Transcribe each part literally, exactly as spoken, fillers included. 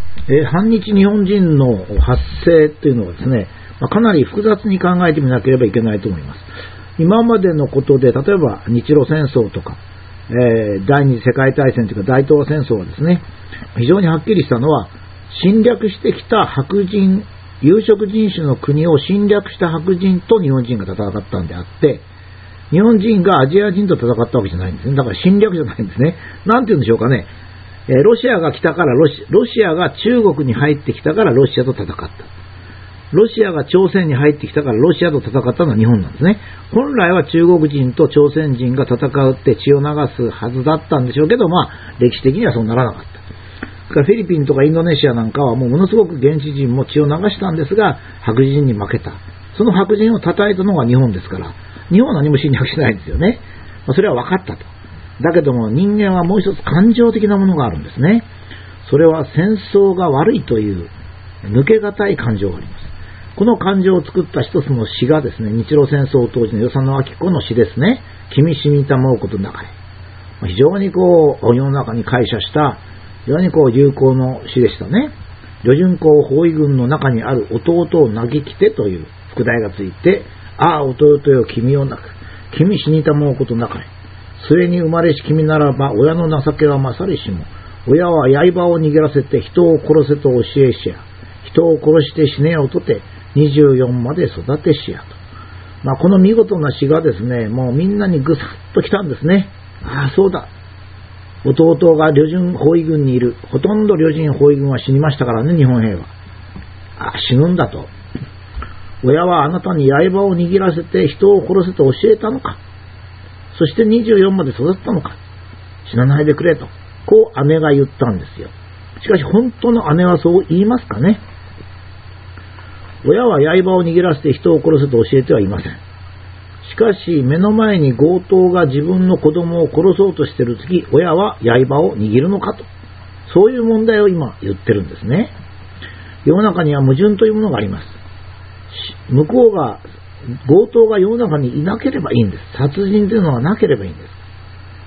えー、反日日本人の発生というのはですね、まあ、かなり複雑に考えてみなければいけないと思います。今までのことで、例えば日露戦争とか、えー、第二次世界大戦というか大東亜戦争はですね、非常にはっきりしたのは、侵略してきた白人、有色人種の国を侵略した白人と日本人が戦ったんであって、日本人がアジア人と戦ったわけじゃないんですね。だから侵略じゃないんですね。なんて言うんでしょうかね。えー、ロシアが来たからロシ、ロシアが中国に入ってきたからロシアと戦った。ロシアが朝鮮に入ってきたからロシアと戦ったのは日本なんですね。本来は中国人と朝鮮人が戦うって血を流すはずだったんでしょうけど、まあ歴史的にはそうならなかった。フィリピンとかインドネシアなんかはもうものすごく現地人も血を流したんですが、白人に負けた。その白人を叩いたのが日本ですから、日本は何も侵略しないんですよね。まあ、それは分かったと。だけども人間はもう一つ感情的なものがあるんですね。それは戦争が悪いという抜けがたい感情があります。この感情を作った一つの詩がですね、日露戦争当時の与謝野晶子の詩ですね。君死にたまうことなかれ。非常にこう世の中に感謝した非常にこう有効の詩でしたね。旅順公包囲軍の中にある弟を嘆きてという副題がついて、ああ弟よ君を泣く。君死にたまうことなかれ。末に生まれし君ならば親の情けは勝りしも。親は刃を握らせて人を殺せと教えしや。人を殺して死ねよとてにじゅうよんまで育てしやと。まあ、この見事な詩がですね、もうみんなにぐさっときたんですね。ああそうだ。弟が旅順包囲軍にいる。ほとんど旅順包囲軍は死にましたからね、日本兵は。ああ死ぬんだと。親はあなたに刃を握らせて人を殺せと教えたのか。そしてにじゅうよんまで育ったのか。死なないでくれと。こう姉が言ったんですよ。しかし本当の姉はそう言いますかね。親は刃を握らせて人を殺せと教えてはいません。しかし目の前に強盗が自分の子供を殺そうとしているとき、親は刃を握るのかと。そういう問題を今言ってるんですね。世の中には矛盾というものがあります。向こうが強盗が世の中にいなければいいんです。殺人というのがなければいいんです。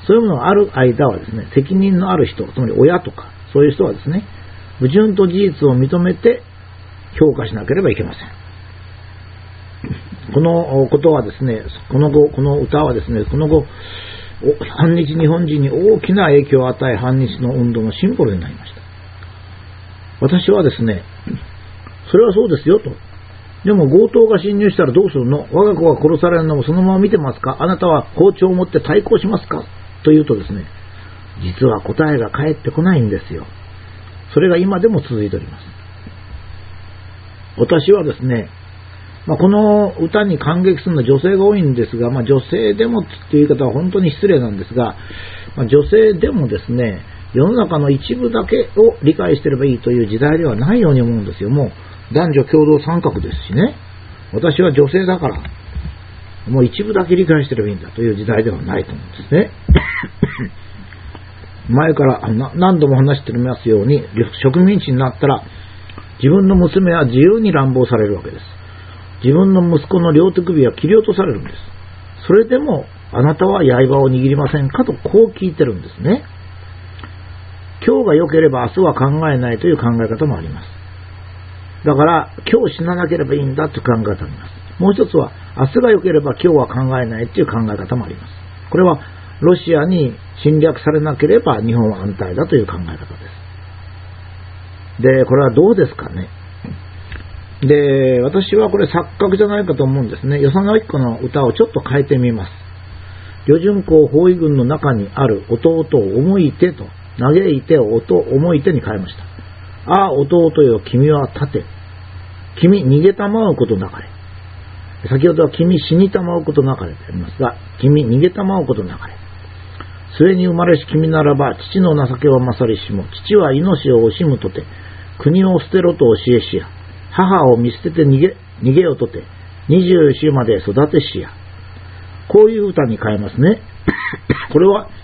そういうものがある間はですね、責任のある人、つまり親とかそういう人はですね、矛盾と事実を認めて評価しなければいけません。このことはですね、この後、この歌はですね、この後、反日日本人に大きな影響を与え、反日の運動のシンボルになりました。私はですね、それはそうですよと。でも強盗が侵入したらどうするの？我が子が殺されるのもそのまま見てますか？あなたは包丁を持って対抗しますか？と言うとですね、実は答えが返ってこないんですよ。それが今でも続いております。私はですね、まあ、この歌に感激するのは女性が多いんですが、まあ、女性でもっていう言い方は本当に失礼なんですが、まあ、女性でもですね、世の中の一部だけを理解していればいいという時代ではないように思うんですよ。もう男女共同参画ですしね。私は女性だから、もう一部だけ理解していればいいんだという時代ではないと思うんですね。前から何度も話していますように、植民地になったら自分の娘は自由に乱暴されるわけです。自分の息子の両手首は切り落とされるんです。それでもあなたは刃を握りませんかとこう聞いてるんですね。今日が良ければ明日は考えないという考え方もあります。だから今日死ななければいいんだという考え方もあります。もう一つは明日が良ければ今日は考えないという考え方もあります。これはロシアに侵略されなければ日本は安泰だという考え方です。で、これはどうですかね。で、私はこれ錯覚じゃないかと思うんですね。与謝野晶子の歌をちょっと変えてみます。旅順公包囲軍の中にある弟を思いてと、嘆いてを思いてに変えました。ああ弟よ君は立て、君逃げたまうことなかれ。先ほどは君死にたまうことなかれとありますが、君逃げたまうことなかれ。末に生まれし君ならば父の情けは勝りしも、父は命を惜しむとて国を捨てろと教えしや、母を見捨てて逃げ逃げよとて二十四まで育てしや。こういう歌に変えますね。これは、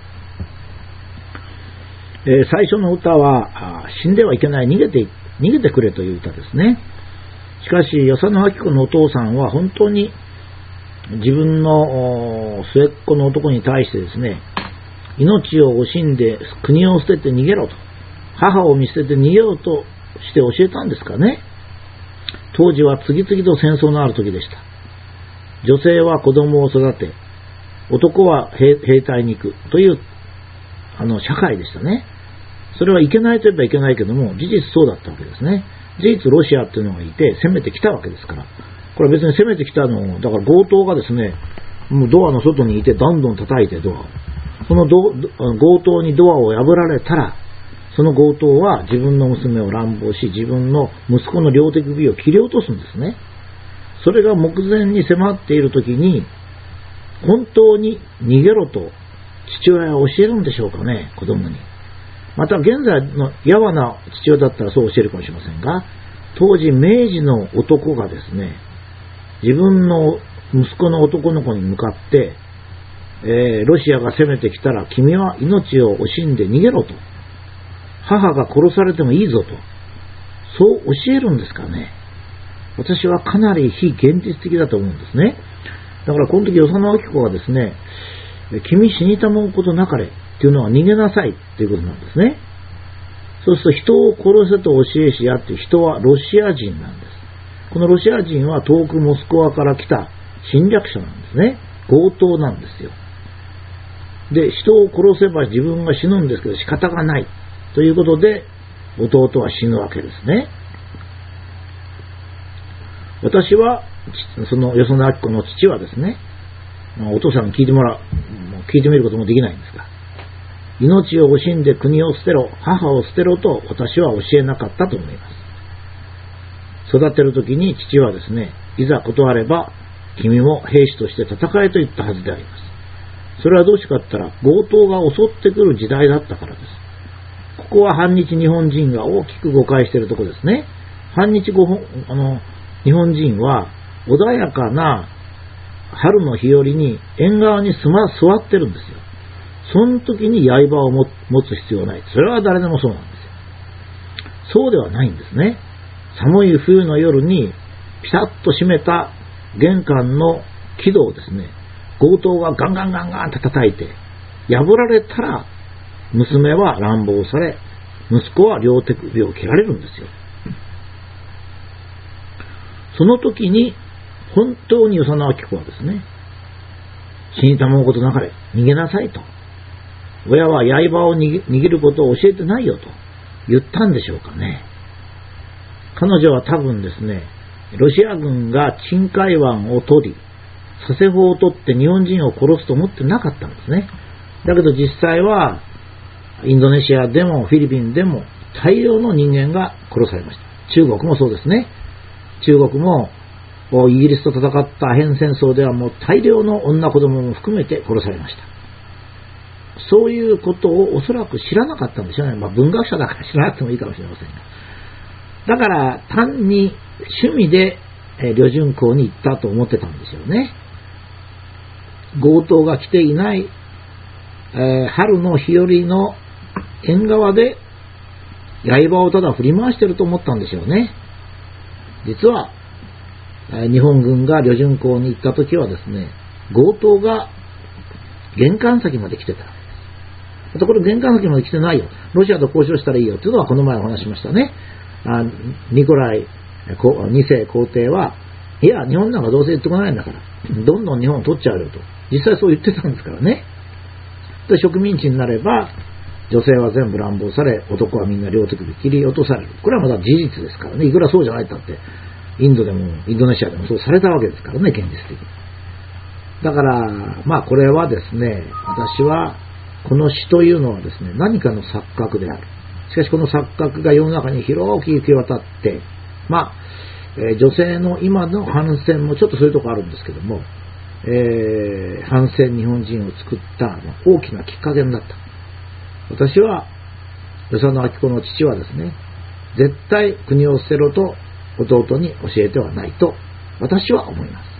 えー、最初の歌は死んではいけない、逃げて逃げてくれという歌ですね。しかし与謝野晶子のお父さんは本当に自分の末っ子の男に対してですね、命を惜しんで国を捨てて逃げろと、 母を見捨てて逃げようとして教えたんですかね。当時は次々と戦争のある時でした。女性は子供を育て、男は 兵, 兵隊に行くというあの社会でしたね。それはいけないと言えばいけないけども、事実そうだったわけですね。事実ロシアっていうのがいて攻めてきたわけですから。これは別に攻めてきたのを、だから強盗がですね、もうドアの外にいてどんどん叩いてドアを。そのど強盗にドアを破られたら、その強盗は自分の娘を乱暴し、自分の息子の両手首を切り落とすんですね。それが目前に迫っている時に、本当に逃げろと父親は教えるんでしょうかね、子供に。また現在のやわな父親だったらそう教えるかもしれませんが、当時明治の男がですね、自分の息子の男の子に向かって、えー、ロシアが攻めてきたら君は命を惜しんで逃げろと。母が殺されてもいいぞと。そう教えるんですかね。私はかなり非現実的だと思うんですね。だからこの時与謝野晶子がですね、君死にたもうことなかれっていうのは逃げなさいっていうことなんですね。そうすると人を殺せと教えしやって人はロシア人なんです。このロシア人は遠くモスクワから来た侵略者なんですね。強盗なんですよ。で、人を殺せば自分が死ぬんですけど仕方がないということで弟は死ぬわけですね。私はその与謝野晶子の父はですね、お父さんに聞いてもらう、聞いてみることもできないんですが、命を惜しんで国を捨てろ、母を捨てろと私は教えなかったと思います。育てるときに父はですね、いざ断れば君も兵士として戦えと言ったはずであります。それはどうしてかと言ったら強盗が襲ってくる時代だったからです。ここは反日日本人が大きく誤解しているところですね。反日ごあの日本人は穏やかな春の日和に縁側にすま座ってるんですよ。その時に刃を持つ必要はない。それは誰でもそうなんですよ。そうではないんですね。寒い冬の夜にピタッと閉めた玄関の木戸をですね、強盗がガンガンガンガンと叩いて破られたら娘は乱暴され、息子は両手首を切られるんですよ。その時に本当に与謝野晶子はですね、死にたもうことなかれ、逃げなさいと。親は刃を握ることを教えてないよと言ったんでしょうかね。彼女は多分ですね、ロシア軍が陳海湾を取り、佐世保を取って日本人を殺すと思ってなかったんですね。だけど実際はインドネシアでもフィリピンでも大量の人間が殺されました。中国もそうですね。中国もイギリスと戦ったアヘン戦争ではもう大量の女子供も含めて殺されました。そういうことをおそらく知らなかったんでしょうね。まあ文学者だから知らなくてもいいかもしれませんが。だから単に趣味で旅順港に行ったと思ってたんですよね。強盗が来ていない、えー、春の日和の縁側で刃をただ振り回してると思ったんでしょうね。実は日本軍が旅順港に行った時はですね、強盗が玄関先まで来てたわけです。またこれ玄関先まで来てないよ、ロシアと交渉したらいいよというのはこの前お話しましたね。あニコライに世皇帝は、いや日本なんかどうせ言ってこないんだからどんどん日本を取っちゃうよと実際そう言ってたんですからね。で植民地になれば女性は全部乱暴され、男はみんな両手首切り落とされる。これはまだ事実ですからね。いくらそうじゃないったってインドでもインドネシアでもそうされたわけですからね、現実的に。だからまあこれはですね、私はこの詩というのはですね、何かの錯覚である。しかしこの錯覚が世の中に広く行き渡って、まあ、えー、女性の今の反戦もちょっとそういうところあるんですけども、えー、反戦日本人を作った大きなきっかけになった。私は与謝野晶子の父はですね、絶対国を捨てろと弟に教えてはないと私は思います。